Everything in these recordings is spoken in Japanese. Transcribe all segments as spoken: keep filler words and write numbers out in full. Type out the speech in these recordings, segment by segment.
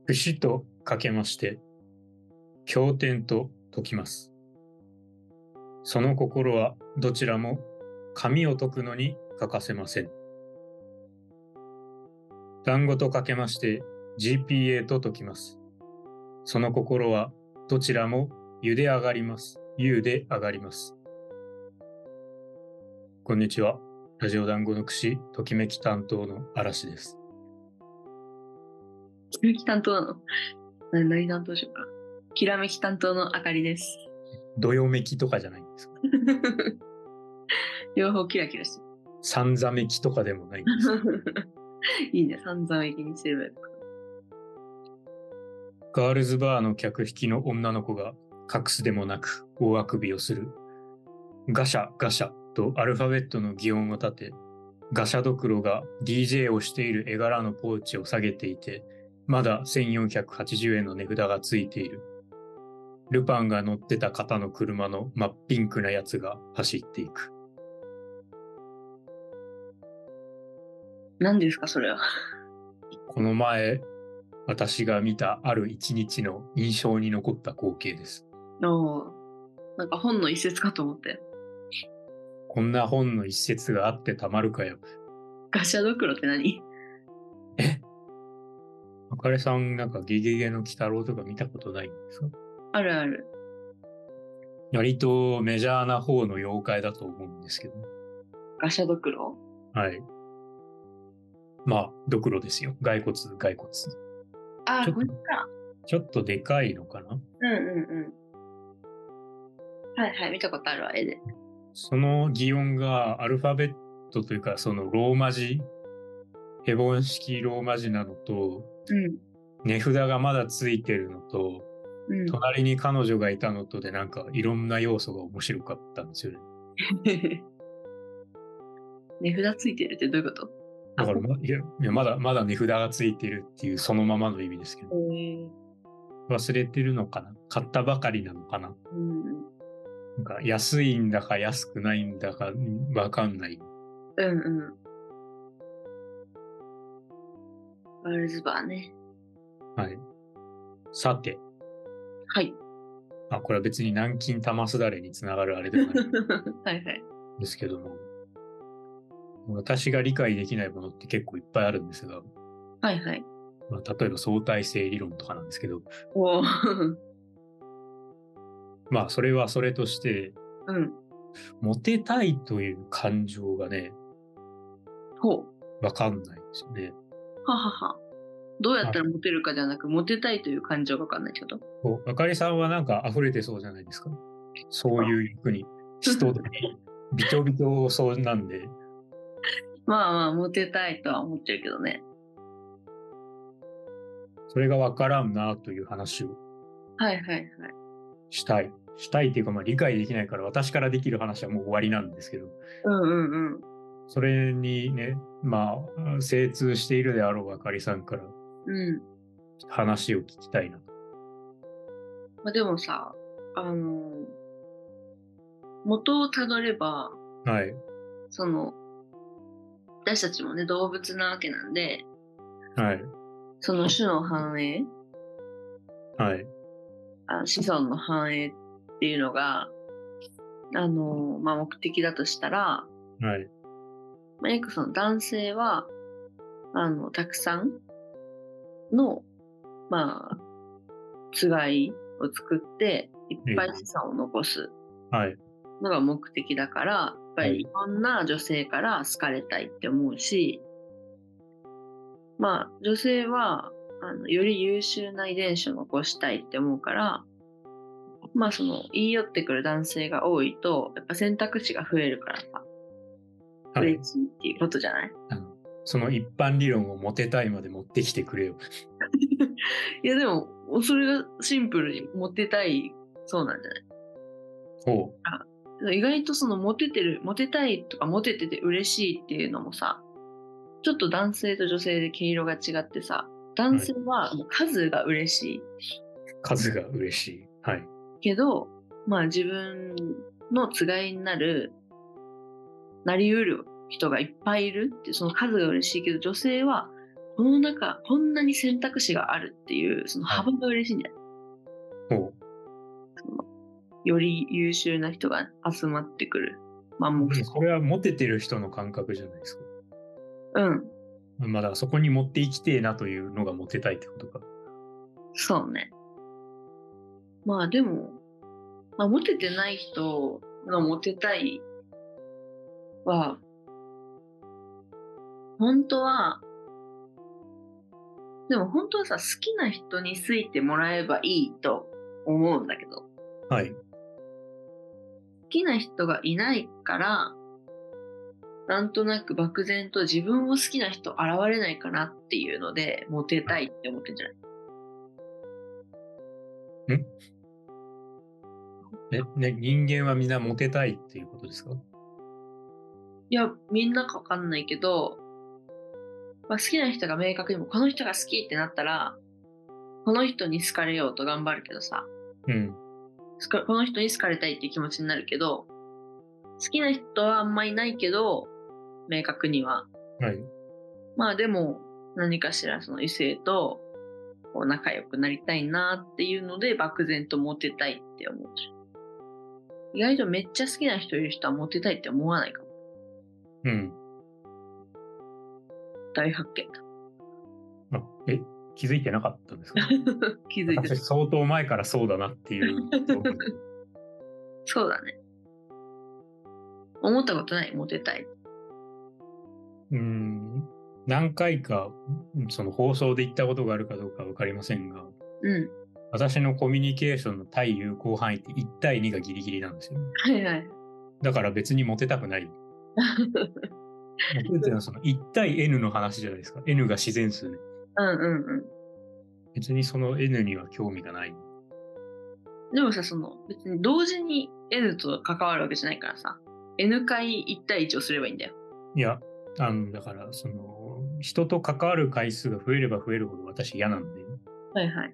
節とかけまして、経典と説きます。その心はどちらも神を説くのに欠かせません。単語とかけまして ジーピーエー と説きます。その心はどちらもゆで上がります。ゆで上がります。こんにちは。ラジオ団子の串、ときめき担当の嵐です。 きらめき担当なの？何何担当しようかな。きらめき担当のあかりです。 どよめきとかじゃないんですか？ 両方キラキラしてる。 さんざめきとかでもないんですか？ いいね、散々駅にすればいい。 ガールズバーの客引きの女の子が隠すでもなく大あくびをする。ガシャガシャとアルファベットの擬音を立て、ガシャドクロが ディージェー をしている絵柄のポーチを下げていて、まだせんよんひゃくはちじゅうえんの値札がついている。ルパンが乗ってた方の車の真っピンクなやつが走っていく。 何ですかそれは？ この前、私が見たある一日の印象に残った光景です。 おー、なんか本の一節かと思ったよ。 こんな本の一節があってたまるかよ。 ガシャドクロって何？ えあかれさんなんかゲゲゲの鬼太郎とか見たことないんですか？ あるある。 割とメジャーな方の妖怪だと思うんですけど。 ガシャドクロ？ はい。まあ、ドクロですよ。骸骨、骸骨。 あー、 ちょっとこれか。 ちょっとでかいのかな？ うんうんうん。はいはい、見たことあるわ、絵で。 その擬音がアルファベットというか、そのローマ字、ヘボン式ローマ字なのと、 うん。 値札がまだついてるのと、 うん。 隣に彼女がいたのとでなんかいろんな要素が面白かったんですよね。 値札ついてるってどういうこと？ だからま、いや、いやまだ、まだ値札がついてるっていうそのままの意味ですけど。 へー。 忘れてるのかな？買ったばかりなのかな？ うん。 なんか安いんだか安くないんだかわかんない。 うんうん。ガールズバーね。 はい。さて、 はい。 あ、これは別に南京玉すだれにつながるあれではないんはいはい。 ですけども、私が理解できないものって結構いっぱいあるんですが、 はいはい。 まあ、例えば相対性理論とかなんですけど、 おー。 まあそれはそれとして、 うん。 モテたいという感情がね、 ほう。 わかんないんですよね。 ははは。どうやっあ、 たらモテるかじゃなく、モテたいという感情がわかんないってこと？ こうあかりさんはなんか溢れてそうじゃないですか。そういう欲に、人でびちょびちょそうなんで、 まあまあ、モテたいとは思ってるけどね。 それがわからんなという話をはいはいはい。 したい。したいっていうか、まあ理解できないから私からできる話はもう終わりなんですけど、 うんうんうん。 それにね、まあ、精通しているであろうあかりさんからうん。 話を聞きたいなと。 まあでもさ、あのー元をたどれば、 はい。 その、私たちもね、動物なわけなんで、 はい。 その種の繁栄、 はい。 あ、子孫の繁栄っていうのが、あのーまあ目的だとしたら、 はい。 まあ、よくその男性は、あの、たくさんの、まあ、つがいを作って、いっぱい資産を残すはい。 のが目的だから、やっぱりいろんな女性から好かれたいって思うし、まあ、女性は、あの、より優秀な遺伝子を残したいって思うから、まあ、その、言い寄ってくる男性が多いと、やっぱ選択肢が増えるからさ、 はい。 嬉しいっていうことじゃない？ あのその一般理論をモテたいまで持ってきてくれよ。 いや、でも、それがシンプルにモテたい、そうなんじゃない？ ほう。 あ、意外とそのモテてる、モテたいとかモテてて嬉しいっていうのもさ、ちょっと男性と女性で毛色が違ってさ、男性はもう数が嬉しい数が嬉しい。はい。 けど、まあ自分のつがいになる、なりうる人がいっぱいいるって、その数が嬉しいけど、女性はこの中、こんなに選択肢があるっていう、その幅が嬉しいんだよ。 ほう。 そのより優秀な人が集まってくる。マンモスそれはモテてる人の感覚じゃないですか。 うん。 まあだからそこに持っていきてえなというのがモテたいってことか。 そうね。まあでも、まあ、モテてない人がモテたいは、本当は、でも本当はさ、好きな人に好いてもらえばいいと思うんだけど、 はい。 好きな人がいないから、なんとなく漠然と自分を好きな人現れないかなっていうので、モテたいって思ってんじゃない？ んえ、ね、人間はみんなモテたいっていうことですか？ いや、みんなかわかんないけど、まあ、好きな人が明確にもこの人が好きってなったら、この人に好かれようと頑張るけどさ、 うん。 好かこの人に好かれたいっていう気持ちになるけど、好きな人はあんまりいないけど、明確には。 はい。 まあでも、何かしらその異性とこう仲良くなりたいなっていうので、漠然とモテたいって思う。意外とめっちゃ好きな人いる人はモテたいって思わないかも。 うん。 大発見だ。 あ、え、気づいてなかったんですか？ 気づいて私相当前からそうだなっていう。 そうだね。思ったことない、モテたい。 うーん。何回かその放送で言ったことがあるかどうかわかりませんが、 うん。 私のコミュニケーションの対有効範囲っていち対にがギリギリなんですよね。 はいはい。 だから別にモテたくない。モテるっていうのはそのいち対 N の話じゃないですか。N が自然数ね。 うんうんうん。 別にその N には興味がない。 でもさ、その別に同時に N と関わるわけじゃないからさ、N 回いち対いちをすればいいんだよ。 いや、あの、だからその人と関わる回数が増えれば増えるほど私嫌なんで。 はいはいはい。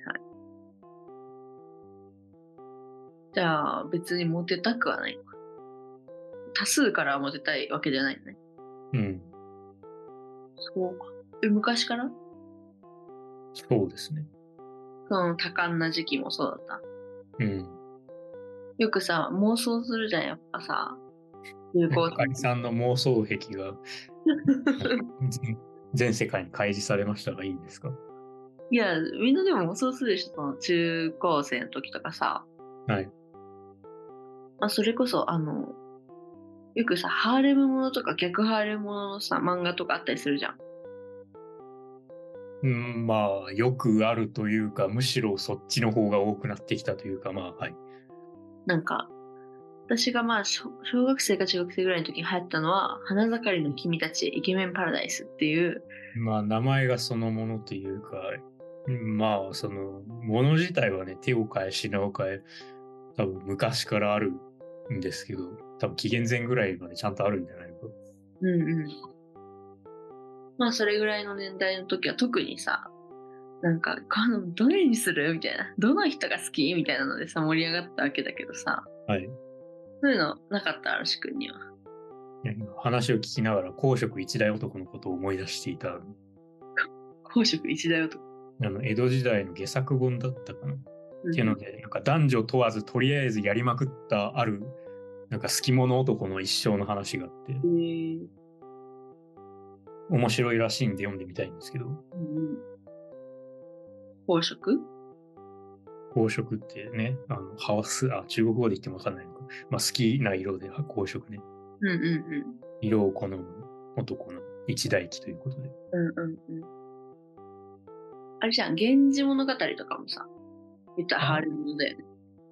じゃあ別にモテたくはないのか。多数からモテたいわけじゃないのね。 うん。 そうか。え、昔からそうですね。 その多感な時期もそうだった。 うん。 よくさ、妄想するじゃん、やっぱさ。有効あかりさんの妄想癖が全全世界に開示されましたがいいんですか？ いや、みんなでも妄想するでしょ、その中高生の時とかさ。 はい。 まあ、それこそ、あの、よくさ、ハーレムものとか逆ハーレムもののさ、漫画とかあったりするじゃん。 うん、まあ、よくあるというか、むしろそっちの方が多くなってきたというか、まあ、はい。 なんか、私がまあ小、小学生か中学生ぐらいの時に流行ったのは、花盛りの君たちイケメンパラダイスっていう、 まあ、名前がそのものというか、うんまあ、その、もの自体はね、手を変え、品を変え、多分昔からあるんですけど、多分紀元前ぐらいまでちゃんとあるんじゃないか。 うんうん。まあ、それぐらいの年代の時は特にさ、なんか、このどれにするみたいな。どの人が好きみたいなのでさ、盛り上がったわけだけどさ、 はい。 そういうのなかった、嵐くんには。 今話を聞きながら、公職一代男のことを思い出していた。 公職一大男。 あの、江戸時代の下作本だったかな。 うんっていうので、なんか男女問わずとりあえずやりまくったある、なんか好き者男の一生の話があって、 へー面白いらしいんで読んでみたいんですけど、 うんうん。公職光色ってね、あの、ハワス、あ、中国語で言ってもわかんないのか。まあ好きな色で光色ね。 うんうんうん。 色を好む男の一代記ということで。 うんうんうん。あれじゃん、源氏物語とかもさ、言ったらハーレムものだよね。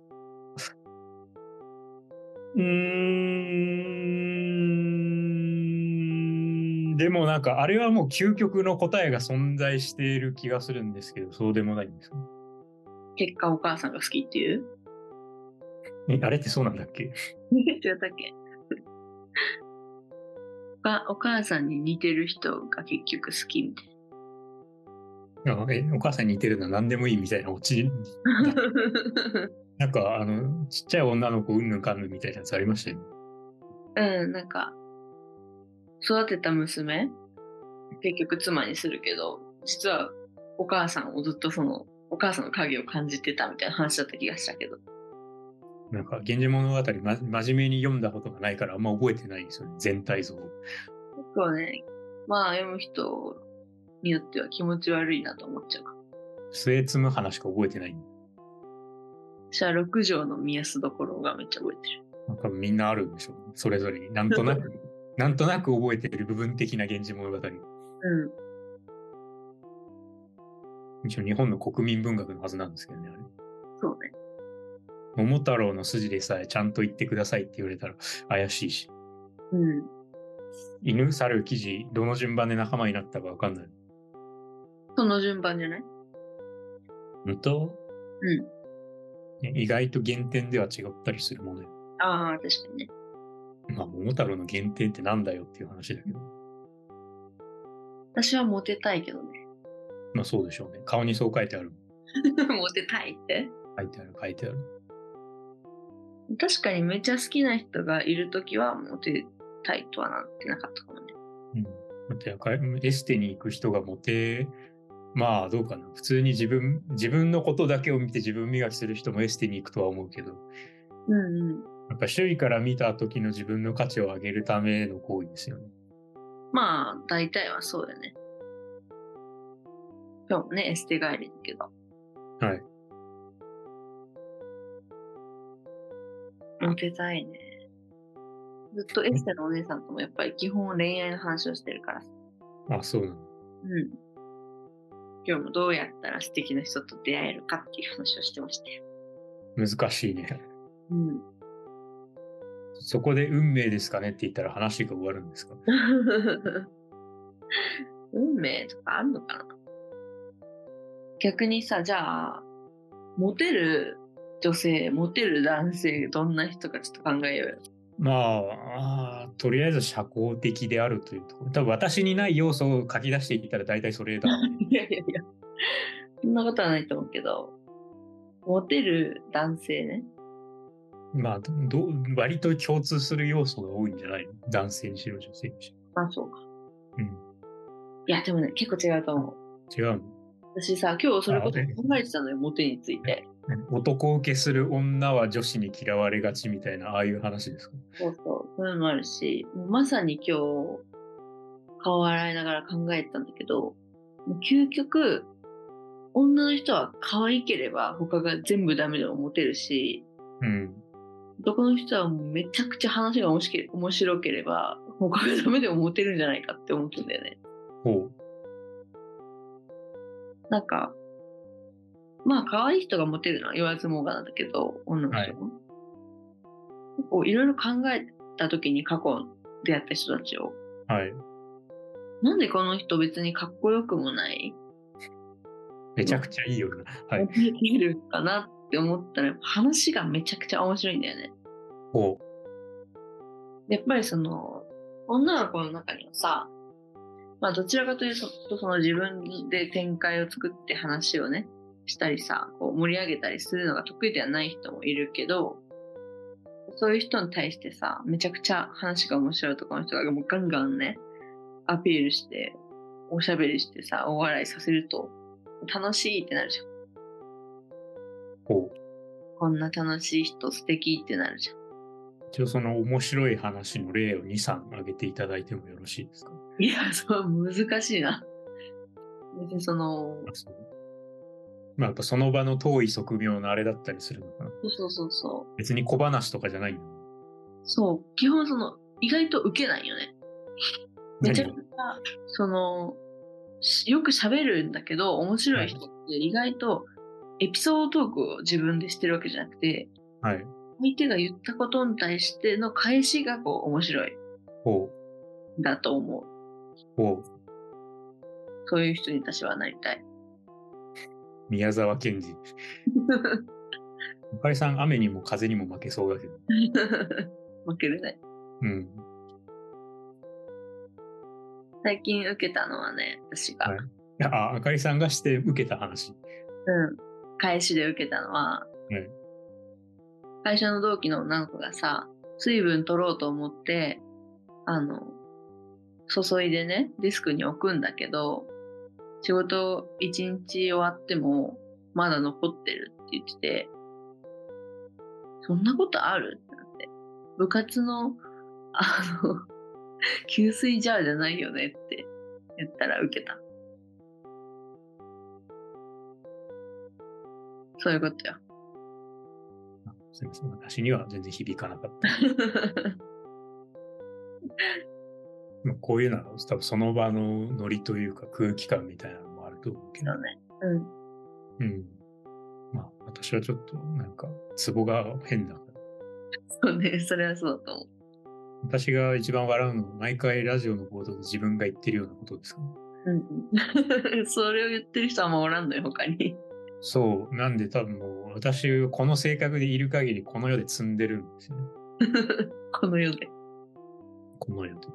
うーん、でもなんかあれはもう究極の答えが存在している気がするんですけど、そうでもないんですか？ 結果お母さんが好きっていうえ、あれってそうなんだっけ？ 違ったっけおかお母さんに似てる人が結局好きみたいあえお母さんに似てるのは何でもいいみたいなオチ。 な。 なんかあの、ちっちゃい女の子うんぬんかんぬんみたいなやつありましたよね。 うん、なんか、育てた娘、結局妻にするけど、 実はお母さんをずっとそのお母さんの影を感じてたみたいな話だった気がしたけど。 なんか、源氏物語、ま、真面目に読んだことがないからあんま覚えてないんですよね、全体像を。 結構ね、まあ読む人によっては気持ち悪いなと思っちゃうか。 末摘む話しか覚えてない。 私は六条の見やすどころがめっちゃ覚えてる。 多分みんなあるんでしょう、ね、それぞれに。なんとなく、なんとなく覚えてる部分的な源氏物語。 うん。 一応日本の国民文学のはずなんですけどね、あれ。 そうね。 桃太郎の筋でさえちゃんと言ってくださいって言われたら怪しいし。 うん。 犬、猿、キジ、どの順番で仲間になったかわかんない。 その順番じゃない？ 本当？ うん。 ね、意外と原点では違ったりするものよ。 ああ、確かにね。 まあ、桃太郎の原点ってなんだよっていう話だけど。 私はモテたいけどね。 まあそうでしょうね。顔にそう書いてある。 モテたいって書いてある、書いてある。 確かにめっちゃ好きな人がいるときはモテたいとはなってなかったかもね。 うん。だってエステに行く人がモテ、まあどうかな。普通に自分、自分のことだけを見て自分磨きする人もエステに行くとは思うけど、 うんうん。 やっぱ周囲から見た時の自分の価値を上げるための行為ですよね。 まあ、大体はそうだよね。今日もね、エステ帰りだけど。 はい。 モテたいね。ずっとエステのお姉さんともやっぱり基本恋愛の話をしてるからさ。 あ、そうなの。 うん。今日もどうやったら素敵な人と出会えるかっていう話をしてましたよ。 難しいね。 うん。 そこで運命ですかねって言ったら話が終わるんですか？ 運命とかあるのかな？逆にさ、じゃあ、モテる女性、モテる男性、どんな人かちょっと考えようよ。 まあ、あとりあえず社交的であるというところ。多分私にない要素を書き出していったら大体それだ、ね。 いやいやいや、そんなことはないと思うけど、モテる男性ね。 まあど、割と共通する要素が多いんじゃないの？男性にしろ女性にしあ、そうか。 ろ。うん。 いや、でもね、結構違うと思う。 違うの？ 私さ、今日それこそあ、 考えてたのよ、モテについて。 男受けする女は女子に嫌われがちみたいな、ああいう話ですか？ そうそう、そういうのもあるし、もうまさに今日、顔を洗いながら考えてたんだけど、もう究極、女の人は可愛ければ他が全部ダメでもモテるし、 うん。 男の人はもうめちゃくちゃ話が面白け面白ければ他がダメでもモテるんじゃないかって思ったんだよね。 ほう。 なんか、まあ可愛い人がモテるのは言わずもがなんだけど、女の人も。結構いろいろ考えた時に過去出会った人たちを、 はい。 なんでこの人別にかっこよくもないめちゃくちゃいいよな。はい。 モテるかなって思ったら話がめちゃくちゃ面白いんだよね。 ほやっぱりその女の子の中にはさ、まあどちらかというとその自分で展開を作って話をねしたりさ、こう盛り上げたりするのが得意ではない人もいるけど、そういう人に対してさ、めちゃくちゃ話が面白いとこの人がもうガンガンねアピールしておしゃべりしてさ、大笑いさせると楽しいってなるじゃん。 う。ほう。 こんな楽しい人素敵ってなるじゃん。 一応その面白い話の例をに、さん挙げていただいてもよろしいですか？ いや、そう難しいな。別にその、 あ、そう。まあやっぱその場の遠い側面のあれだったりするのかな。 そうそうそうそう。 別に小話とかじゃないよ。 そう、基本その、意外と受けないよね。めちゃくちゃ、その、よく喋るんだけど、面白い人って意外とエピソードトークを自分でしてるわけじゃなくて、 はい。 相手が言ったことに対しての返しがこう面白いほんだと思う。 う。ほう。 そういう人に私はなりたい。 宮沢賢治。向井さん、雨にも風にも負けそうだけど。 負けるね。 うん。 最近受けたのはね、私が。 はい、いやあ、あかりさんがして受けた話。 うん。返しで受けたのは、 はい、 会社の同期の女の子がさ、水分取ろうと思って、あの、注いでね、ディスクに置くんだけど、 仕事一日終わってもまだ残ってるって言ってて、そんなことあるってなって。部活の、あの、給水ジャーじゃないよねって言ったら受けた。そういうことよ。 あすみません。私には全然響かなかった。こういうのは多分その場のノリというか空気感みたいなのもあると思うけど。 そうね。うん。 うん。まあ私はちょっとなんかツボが変だから。 そうね。それはそうだと思う。 私が一番笑うのは毎回ラジオの冒頭で自分が言ってるようなことですかね。 うんうん、それを言ってる人はもうおらんのよ、他に。 そう。なんで多分もう私この性格でいる限りこの世で積んでるんですよね。 この世で。 この世で。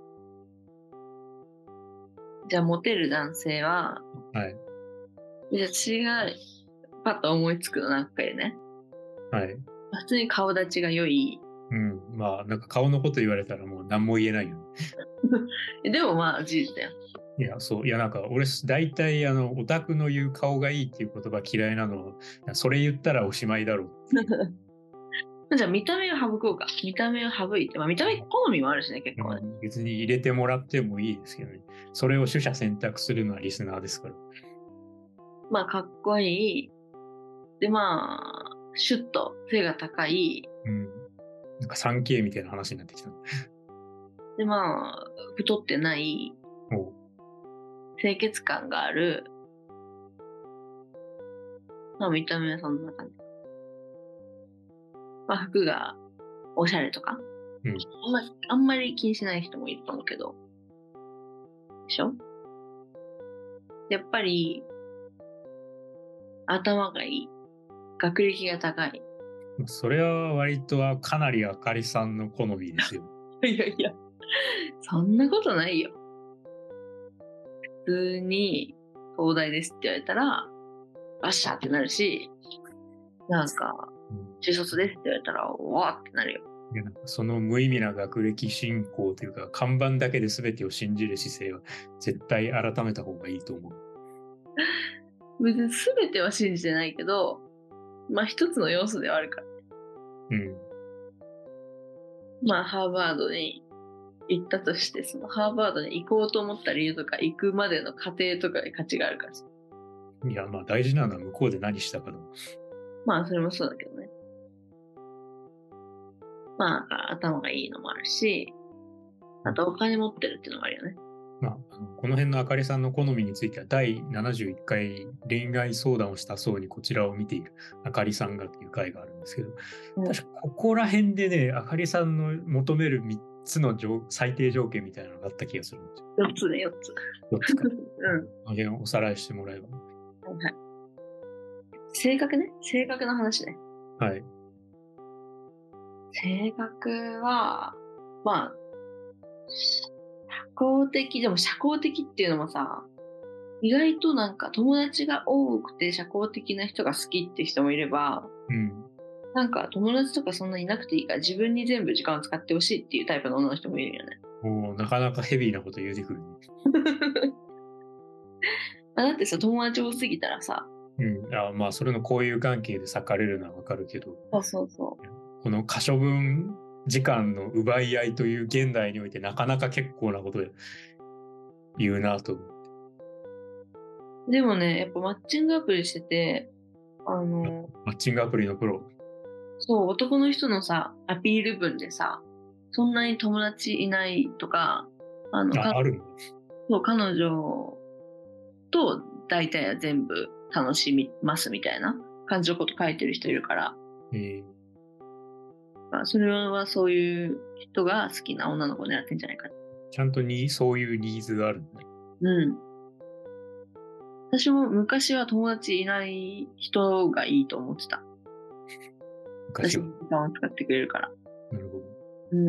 じゃあモテる男性は、 はい。 じゃあ私がパッと思いつくのなんかよね。 はい。 普通に顔立ちが良い。 うん。まあなんか顔のこと言われたらもう何も言えないよ。 でもまあ事実だよ。 いや、そう。いや、なんか、俺、大体、あの、オタクの言う顔がいいっていう言葉嫌いなの、それ言ったらおしまいだろうっていう。 じゃあ見た目を省こうか。見た目を省いて。まあ見た目好みもあるしね、結構ね。 別に入れてもらってもいいですけどね。それを取捨選択するのはリスナーですから。 まあかっこいい。でまあ、シュッと背が高い。 うん。なんか スリーケー みたいな話になってきた。 でまあ、太ってない。 お清潔感がある。まあ見た目はそんな感じ。まあ服がおしゃれとか。 うん。 あんまり、あんまり気にしない人もいると思うけど。でしょ？やっぱり、頭がいい。学歴が高い。 それは割とはかなりあかりさんの好みですよ。 いやいや、そんなことないよ。普通に東大ですって言われたら、バッシャーってなるし、なんか、中卒ですって言われたら、わーってなるよ。 いやなんかその無意味な学歴信仰というか、看板だけで全てを信じる姿勢は絶対改めた方がいいと思う。 別に全ては信じてないけど、まあ一つの要素ではあるから。 うん。 まあハーバードに行ったとして、そのハーバードに行こうと思った理由とか、行くまでの過程とかに価値があるからさ。 いや、まあ大事なのは向こうで何したかだ。 まあそれもそうだけどね。まあ頭がいいのもあるし、あとお金持ってるっていうのもあるよね。 まあ、あのこの辺のあかりさんの好みについてはだいななじゅういっかい恋愛相談をしたそうにこちらを見ているあかりさんがっていう回があるんですけど、 うん、 確かここら辺でね、あかりさんの求めるみっつの条最低条件みたいなのがあった気がするんですよ。 よっつでよっつ。 どっちか。 うん。 この辺をおさらいしてもらえば。 はいはい。性格ね。性格の話ね。 はい。 性格は、まあ、社交的、でも社交的っていうのもさ、意外となんか友達が多くて社交的な人が好きって人もいれば、 うん。 なんか友達とかそんなにいなくていいから自分に全部時間を使ってほしいっていうタイプの女の人もいるよね。 もうなかなかヘビーなこと言うてくる、ね。 だってさ、友達多すぎたらさ、 うん。あまあ、それの交友関係で裂かれるのはわかるけど、 そうそうそう。 この可処分時間の奪い合いという現代においてなかなか結構なことで言うなと。 でもね、やっぱマッチングアプリしてて、あの、 マッチングアプリのプロ。 そう、男の人のさ、アピール文でさ、そんなに友達いないとか、あの、かあ、あるのそう彼女と大体は全部楽しみますみたいな感じのこと書いてる人いるから、 えーまあそれはそういう人が好きな女の子を狙ってんじゃないか。 ちゃんとにそういうニーズがあるんだね。 うん。私も昔は友達いない人がいいと思ってた。 昔は。 私に時間を使ってくれるから。 なるほど。 うん。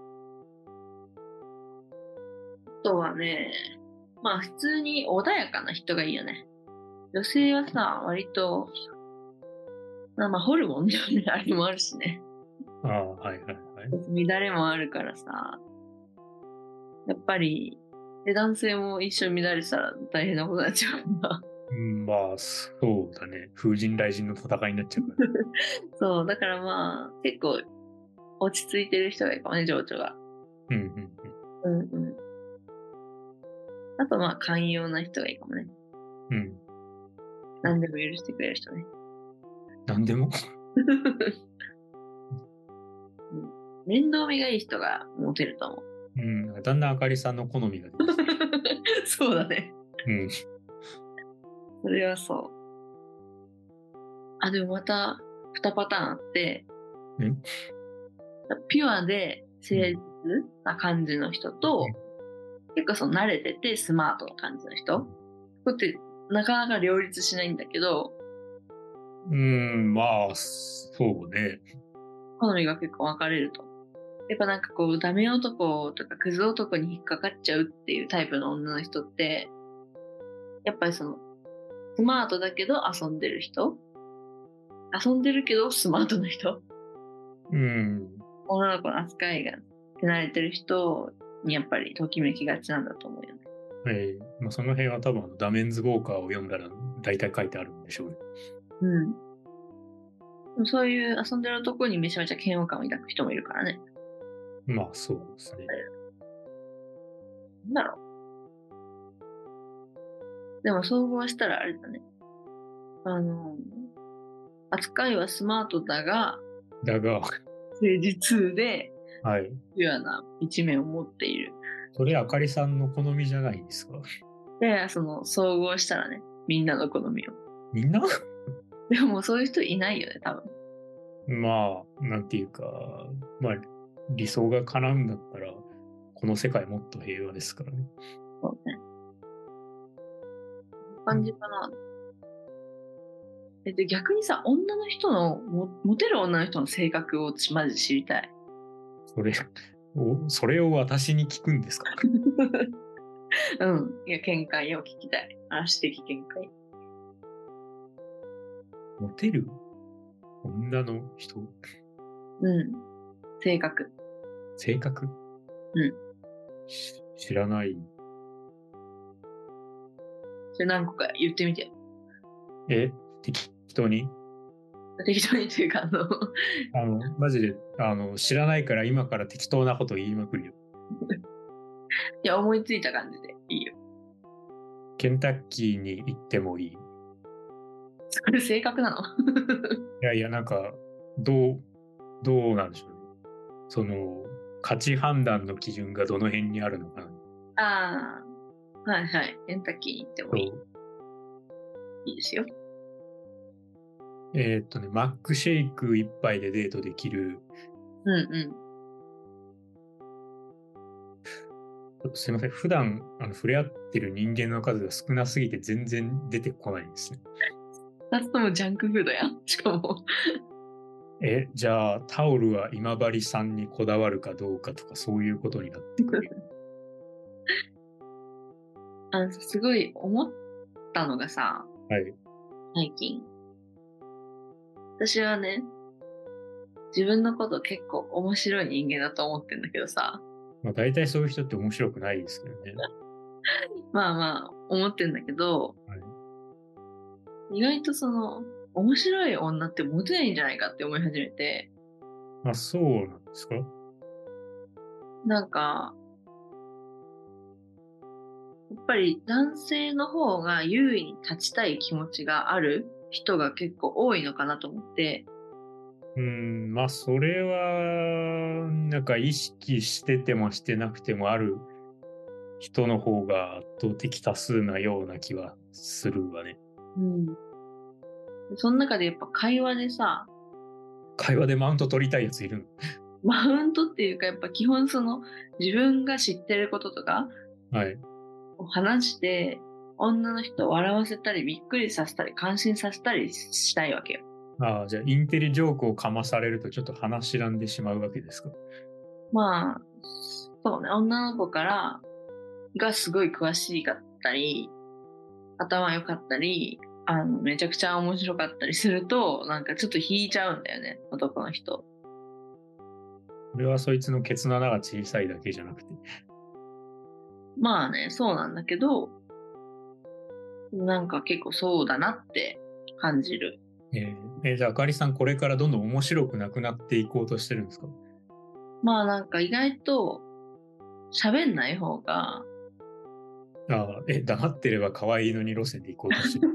あとはね、まあ普通に穏やかな人がいいよね。女性はさ、割と、まあホルモンのあれもあるしね。 ああ、はいはいはい。 乱れもあるからさ、やっぱりで、男性も一緒に乱れてたら大変なことになっちゃうんだ。 うん、まあ、そうだね。風神雷神の戦いになっちゃうから。 そう、だからまあ、結構落ち着いてる人がいいかもね、情緒が。 うんうんうんうん。あとまあ、寛容な人がいいかもね。 うん。うん。 何でも許してくれる人ね。 なんでも。 面倒見がいい人がモテると思う。 うん。だんだんあかりさんの好みが出てきて。 そうだね。 うん。 それはそう。あ、でもまたにパターンあって、 んピュアで誠実な感じの人と、結構その慣れててスマートな感じの人。こうやってなかなか両立しないんだけど、 うん、まあ、そうね。 好みが結構分かれると。やっぱなんかこう、ダメ男とかクズ男に引っかかっちゃうっていうタイプの女の人って、やっぱりその、スマートだけど遊んでる人、遊んでるけどスマートな人、 うん。 女の子の扱いが手慣れてる人にやっぱりときめきがちなんだと思うよね。 えーまあ、その辺は多分あのダメンズ・ウォーカーを読んだら大体書いてあるんでしょうね。 うん。そういう遊んでる男にめちゃめちゃ嫌悪感を抱く人もいるからね。 まあそうですね。 なんだろう。でも総合したらあれだね。あの、扱いはスマートだが、 だが、 誠実で、 はい。 ピュアな一面を持っている。 それあかりさんの好みじゃないですか。 で、その総合したらね、みんなの好みを。 みんなでもそういう人いないよね、多分。 まあ、なんていうか、まあ、理想が叶うんだったら、この世界もっと平和ですからね。 そうね。感じかな。えで逆にさ、女の人のモ、モテる女の人の性格を私マジ知りたい。 それを、それを私に聞くんですか？ うん。いや、見解を聞きたい。話的見解。 モテる女の人うん。性格。 性格うん。 し知らない。 じゃあ何個か言ってみてよ。 え、適当に適当にというか、あの、 あの、マジで、あの、知らないから今から適当なこと言いまくるよ。 いや、思いついた感じでいいよ。 ケンタッキーに行ってもいい。いそれ性格なの？ やいや、なんか、どう、どうなんでしょうね。その、価値判断の基準がどの辺にあるのかな。 ああ、はいはい。ケンタッキーに行ってもいい。 そういいですよ。 えーっとね、マックシェイク一杯でデートできる。 うんうん。 すいません。普段あの触れ合ってる人間の数が少なすぎて全然出てこないんですね。 ふたつともジャンクフードやん。しかも。 え、じゃあタオルは今治さんにこだわるかどうかとかそういうことになってくる。 あの、すごい思ったのがさ、 はい。 最近。私はね、自分のこと結構面白い人間だと思ってんだけどさ、 まあ大体そういう人って面白くないですけどね。 まあまあ思ってんだけど、 はい、 意外とその、面白い女ってモテないんじゃないかって思い始めて、 あ、そうなんですか？ なんか、やっぱり男性の方が優位に立ちたい気持ちがある人が結構多いのかなと思って、 うーん、まあそれは、なんか意識しててもしてなくてもある人の方が圧倒的多数なような気はするわね。 うん。その中でやっぱ会話でさ、 会話でマウント取りたいやついるの？ マウントっていうかやっぱ基本その自分が知ってることとかはい。 を話して女の人を笑わせたりびっくりさせたり感心させたりしたいわけよ。 ああ、じゃあインテリジョークをかまされるとちょっと話しらんでしまうわけですか？ まあ、そうね、女の子からがすごい詳しかったり、頭良かったり、あの、めちゃくちゃ面白かったりすると、なんかちょっと引いちゃうんだよね、男の人。 これはそいつのケツの穴が小さいだけじゃなくて。 まあね、そうなんだけど、なんか結構そうだなって感じる。 えーえーじゃあ、あかりさん、これからどんどん面白くなくなっていこうとしてるんですか？ まあなんか意外と喋んない方がああ、え、黙ってれば可愛いのに路線で行こうとしてる。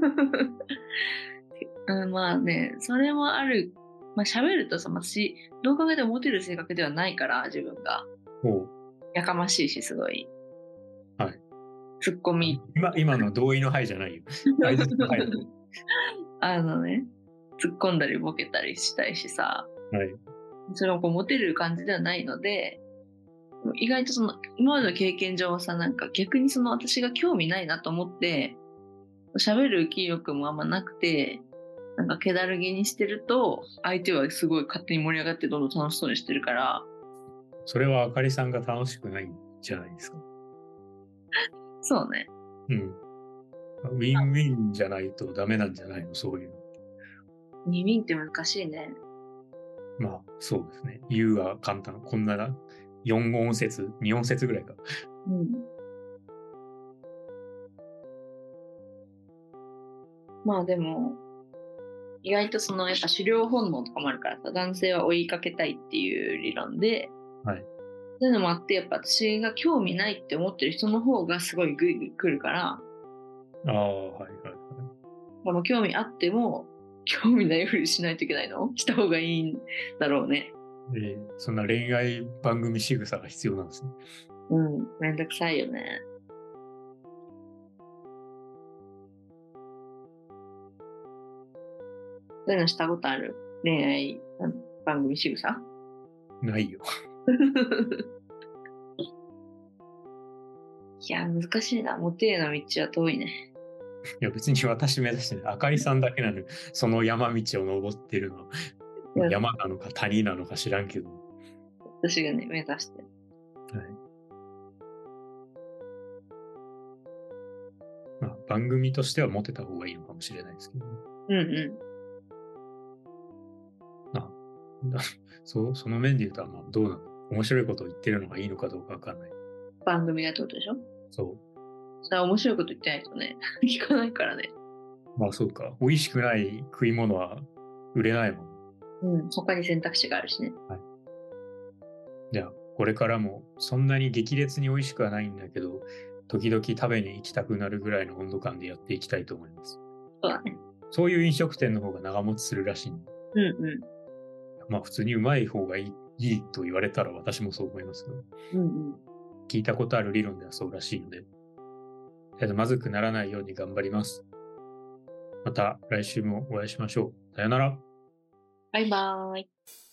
うん、まあね、それもある。まあ喋るとさ、私、どう考えてもモテる性格ではないから、自分が。 おう、 やかましいし、すごい。 はい。 ツッコミ。 今、今の同意の範囲じゃないよ。相槌の範囲あのね、突っ込んだりボケたりしたいしさ、 だ。はい。 それをこうモテる感じではないので、意外とその、今までの経験上はさ、なんか逆にその私が興味ないなと思って、喋る気力もあんまなくて、なんか気だるげにしてると、相手はすごい勝手に盛り上がってどんどん楽しそうにしてるから、 それはあかりさんが楽しくないんじゃないですか。 そうね。 うん。ウィンウィンじゃないとダメなんじゃないの、そういうの。 耳って難しいね。 まあ、そうですね。言うは簡単。こんなよん音節、に音節ぐらいか。 うん。まあでも、意外とそのやっぱ狩猟本能とかもあるからさ、男性は追いかけたいっていう理論で、 はい。 そういうのもあって、やっぱ私が興味ないって思ってる人の方がすごいグイグイ来るから、 ああ、はいはいはい。 まあ、興味あっても、興味ないふりしないといけないのした方がいいんだろうね。 えーそんな恋愛番組仕草が必要なんですね。 うん、めんどくさいよね。そういうのしたことある？恋愛番組仕草ないよ。 いや、難しいな。モテへの道は遠いね。 いや、別に私目指してない。あかりさんだけなの。その山道を登ってるの。まあ、山なのか谷なのか知らんけど。 私がね、目指してる。 はい。まあ、番組としてはモテた方がいいのかもしれないですけどね。 うんうあ、そその面で言うと、まあ、どうなの？面白いことを言ってるのがいいのかどうかわかんない。 ん。番組だってことでしょ？ そそれは面白いこと言ってないとね、聞かないからね。 う。まあそうか。美味しくない食い物は売れないもん。 うん、他に選択肢があるしね。 はい。じゃあ、これからもそんなに激烈に美味しくはないんだけど、時々食べに行きたくなるぐらいの温度感でやっていきたいと思います。 そうだね。 そういう飲食店の方が長持ちするらしいんで。 うんうん。 まあ普通にうまい方がいい、いいと言われたら私もそう思いますけど、 うんうん。 聞いたことある理論ではそうらしいので、とりあえずまずくならないように頑張ります。また来週もお会いしましょう。さよなら。 バイバーイ。